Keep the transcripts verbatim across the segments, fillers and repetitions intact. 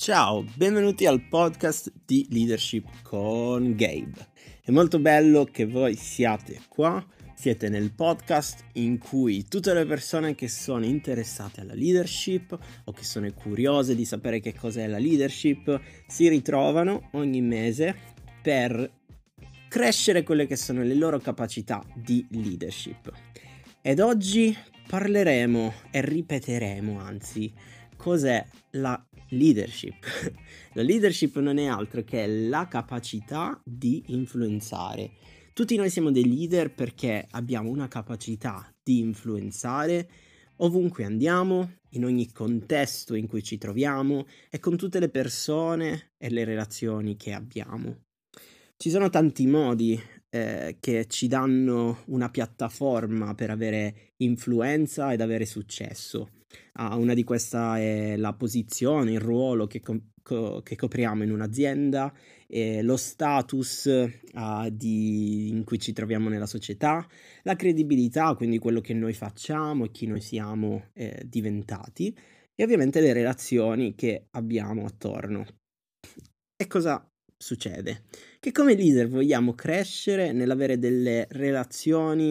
Ciao, benvenuti al podcast di Leadership con Gabe. È molto bello che voi siate qua, siete nel podcast in cui tutte le persone che sono interessate alla leadership o che sono curiose di sapere che cos'è la leadership si ritrovano ogni mese per crescere quelle che sono le loro capacità di leadership. Ed oggi parleremo e ripeteremo, anzi, cos'è la leadership. La leadership non è altro che la capacità di influenzare. Tutti noi siamo dei leader perché abbiamo una capacità di influenzare ovunque andiamo, in ogni contesto in cui ci troviamo e con tutte le persone e le relazioni che abbiamo. Ci sono tanti modi eh, che ci danno una piattaforma per avere influenza ed avere successo. Ah, una di queste è la posizione, il ruolo che, com- co- che copriamo in un'azienda, eh, lo status ah, di- in cui ci troviamo nella società, la credibilità, quindi quello che noi facciamo e chi noi siamo eh, diventati, e ovviamente le relazioni che abbiamo attorno. E cosa succede? Che come leader vogliamo crescere nell'avere delle relazioni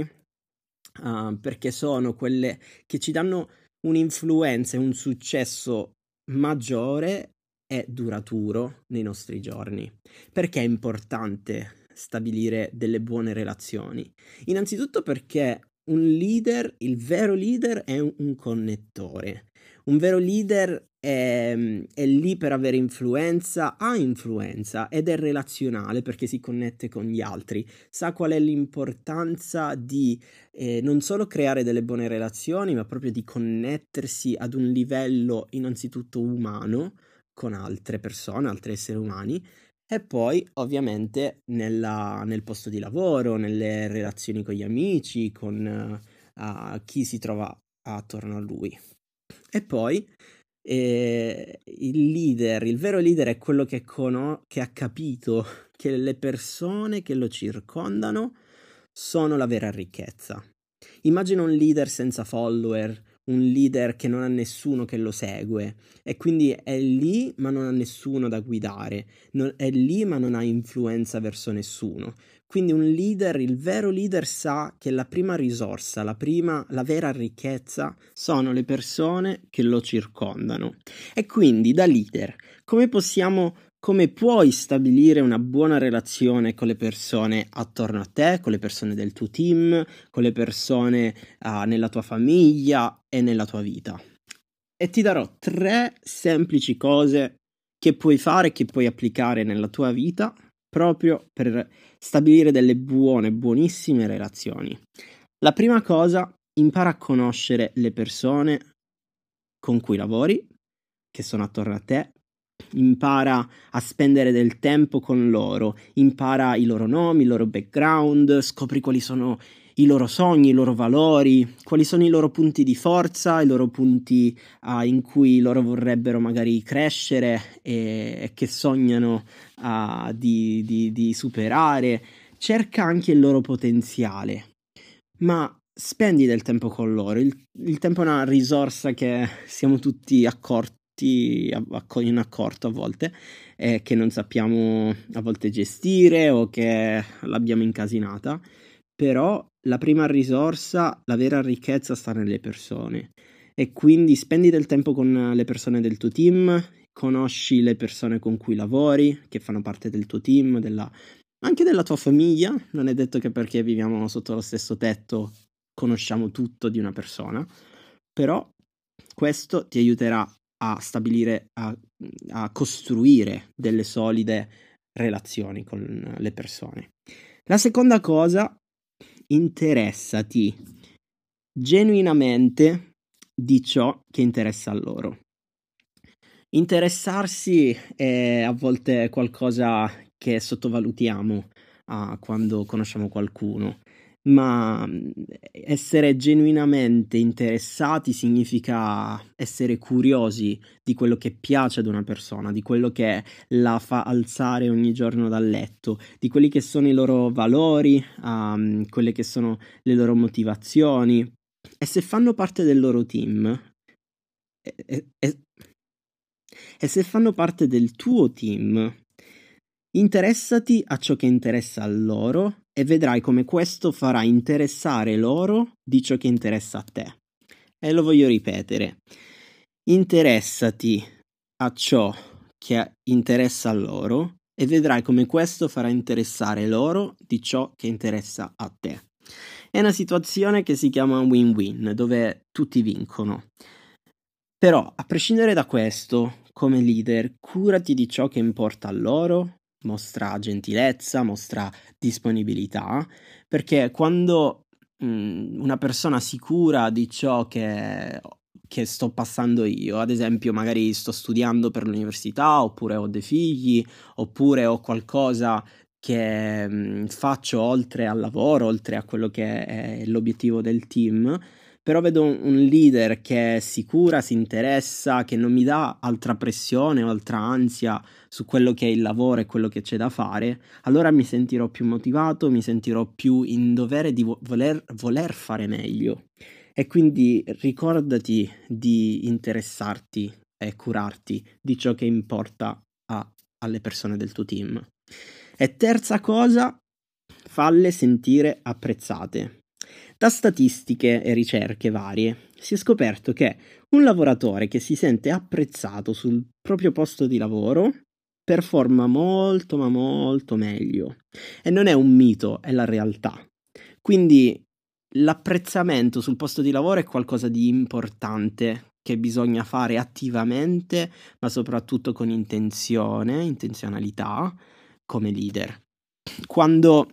uh, perché sono quelle che ci danno un'influenza e un successo maggiore e duraturo nei nostri giorni. Perché è importante stabilire delle buone relazioni? Innanzitutto perché un leader, il vero leader è un, un connettore. Un vero leader è, è lì per avere influenza, ha influenza ed è relazionale perché si connette con gli altri, sa qual è l'importanza di eh, non solo creare delle buone relazioni, ma proprio di connettersi ad un livello innanzitutto umano con altre persone, altri esseri umani, e poi ovviamente nella, nel posto di lavoro, nelle relazioni con gli amici, con uh, chi si trova attorno a lui. E poi eh, il leader, il vero leader è quello che, cono- che ha capito che le persone che lo circondano sono la vera ricchezza. Immagina un leader senza follower, un leader che non ha nessuno che lo segue e quindi è lì ma non ha nessuno da guidare, non- è lì ma non ha influenza verso nessuno. Quindi un leader, il vero leader sa che la prima risorsa, la prima, la vera ricchezza sono le persone che lo circondano. E quindi da leader, come possiamo come puoi stabilire una buona relazione con le persone attorno a te, con le persone del tuo team, con le persone uh, nella tua famiglia e nella tua vita. E ti darò tre semplici cose che puoi fare, che puoi applicare nella tua vita proprio per stabilire delle buone, buonissime relazioni. La prima cosa, impara a conoscere le persone con cui lavori, che sono attorno a te, impara a spendere del tempo con loro, impara i loro nomi, il loro background, scopri quali sono i loro sogni, i loro valori, quali sono i loro punti di forza, i loro punti uh, in cui loro vorrebbero magari crescere e, e che sognano uh, di, di, di superare. Cerca anche il loro potenziale, ma spendi del tempo con loro. Il, il tempo è una risorsa che siamo tutti accorti in accorto a volte eh, che non sappiamo a volte gestire o che l'abbiamo incasinata, però la prima risorsa, la vera ricchezza sta nelle persone e quindi spendi del tempo con le persone del tuo team, conosci le persone con cui lavori, che fanno parte del tuo team, della, anche della tua famiglia. Non è detto che perché viviamo sotto lo stesso tetto conosciamo tutto di una persona, però questo ti aiuterà a stabilire, a, a costruire delle solide relazioni con le persone. La seconda cosa, interessati genuinamente di ciò che interessa a loro. Interessarsi è a volte qualcosa che sottovalutiamo uh, quando conosciamo qualcuno, ma essere genuinamente interessati significa essere curiosi di quello che piace ad una persona, di quello che la fa alzare ogni giorno dal letto, di quelli che sono i loro valori, um, quelle che sono le loro motivazioni, e se fanno parte del loro team, è, è, E se fanno parte del tuo team, interessati a ciò che interessa a loro e vedrai come questo farà interessare loro di ciò che interessa a te. E lo voglio ripetere. Interessati a ciò che interessa a loro e vedrai come questo farà interessare loro di ciò che interessa a te. È una situazione che si chiama win-win, dove tutti vincono. Però, a prescindere da questo, come leader, curati di ciò che importa a loro, mostra gentilezza, mostra disponibilità, perché quando mh, una persona si cura di ciò che, che sto passando io, ad esempio magari sto studiando per l'università, oppure ho dei figli, oppure ho qualcosa che mh, faccio oltre al lavoro, oltre a quello che è l'obiettivo del team, però vedo un leader che si cura, si interessa, che non mi dà altra pressione o altra ansia su quello che è il lavoro e quello che c'è da fare, allora mi sentirò più motivato, mi sentirò più in dovere di vo- voler, voler fare meglio. E quindi ricordati di interessarti e curarti di ciò che importa a- alle persone del tuo team. E terza cosa, falle sentire apprezzate. Da statistiche e ricerche varie si è scoperto che un lavoratore che si sente apprezzato sul proprio posto di lavoro performa molto ma molto meglio. E non è un mito, è la realtà. Quindi l'apprezzamento sul posto di lavoro è qualcosa di importante che bisogna fare attivamente, ma soprattutto con intenzione, intenzionalità, come leader. Quando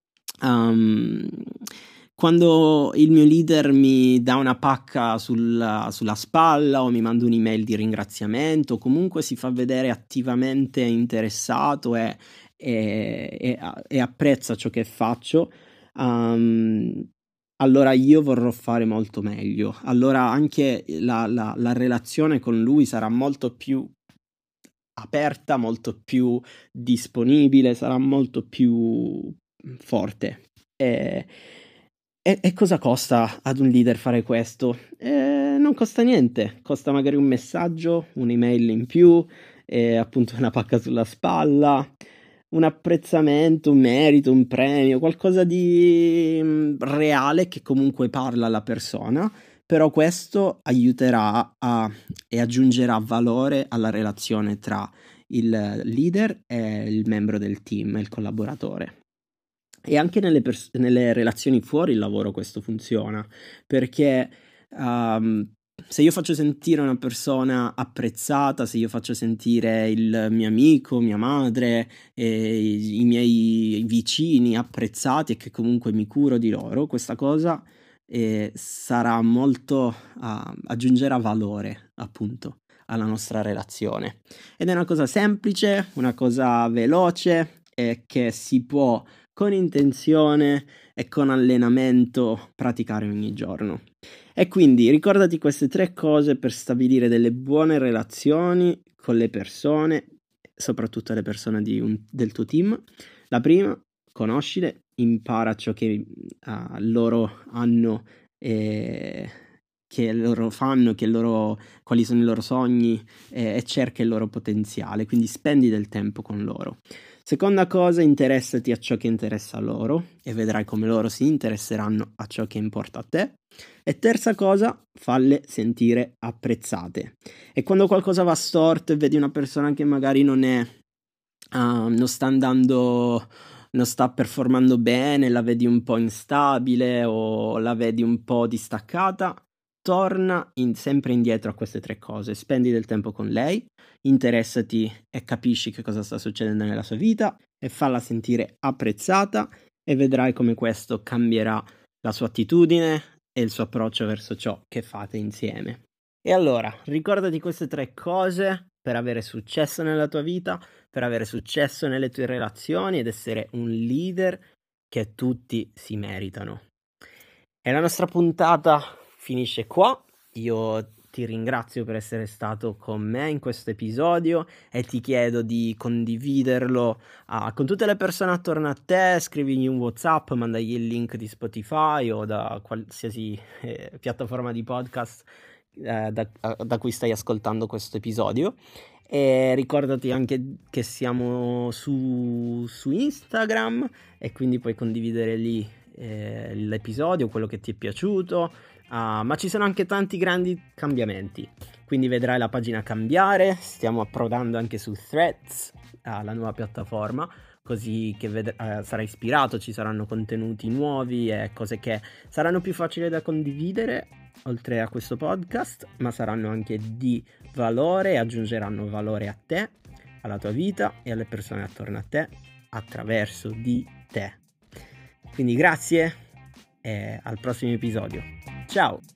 um, quando il mio leader mi dà una pacca sulla, sulla spalla o mi manda un'email di ringraziamento, comunque si fa vedere attivamente interessato e, e, e, e apprezza ciò che faccio, um, allora io vorrò fare molto meglio. Allora anche la, la, la relazione con lui sarà molto più aperta, molto più disponibile, sarà molto più forte. E, e, e cosa costa ad un leader fare questo? Eh, non costa niente, costa magari un messaggio, un'email in più, eh, appunto una pacca sulla spalla, un apprezzamento, un merito, un premio, qualcosa di mm, reale che comunque parla alla persona, però questo aiuterà a, e aggiungerà valore alla relazione tra il leader e il membro del team, il collaboratore. E anche nelle, pers- nelle relazioni fuori il lavoro questo funziona, perché um, se io faccio sentire una persona apprezzata, se io faccio sentire il mio amico, mia madre, e i, i miei vicini apprezzati e che comunque mi curo di loro, questa cosa eh, sarà molto, uh, aggiungerà valore appunto alla nostra relazione. Ed è una cosa semplice, una cosa veloce e che si può con intenzione e con allenamento praticare ogni giorno. E quindi ricordati queste tre cose per stabilire delle buone relazioni con le persone, soprattutto le persone di un, del tuo team. La prima, conoscile, impara ciò che uh, loro hanno e che loro fanno, che loro, quali sono i loro sogni eh, e cerca il loro potenziale, quindi spendi del tempo con loro. Seconda cosa, interessati a ciò che interessa a loro e vedrai come loro si interesseranno a ciò che importa a te. E terza cosa, falle sentire apprezzate. E quando qualcosa va storto e vedi una persona che magari non è, uh, non sta andando, non sta performando bene, la vedi un po' instabile o la vedi un po' distaccata, torna in, sempre indietro a queste tre cose, spendi del tempo con lei, interessati e capisci che cosa sta succedendo nella sua vita e falla sentire apprezzata e vedrai come questo cambierà la sua attitudine e il suo approccio verso ciò che fate insieme. E allora, ricordati queste tre cose per avere successo nella tua vita, per avere successo nelle tue relazioni ed essere un leader che tutti si meritano. E la nostra puntata finisce qua. Io ti ringrazio per essere stato con me in questo episodio e ti chiedo di condividerlo uh, con tutte le persone attorno a te. Scrivigli un WhatsApp, mandagli il link di Spotify o da qualsiasi eh, piattaforma di podcast eh, da, da cui stai ascoltando questo episodio. E ricordati anche che siamo su, su Instagram, e quindi puoi condividere lì eh, l'episodio, quello che ti è piaciuto, uh, ma ci sono anche tanti grandi cambiamenti, quindi vedrai la pagina cambiare. Stiamo approdando anche su Threads, uh, la nuova piattaforma, così che ved- uh, sarai ispirato, ci saranno contenuti nuovi e cose che saranno più facili da condividere oltre a questo podcast, ma saranno anche di valore e aggiungeranno valore a te, alla tua vita e alle persone attorno a te attraverso di te. Quindi grazie e al prossimo episodio. Ciao!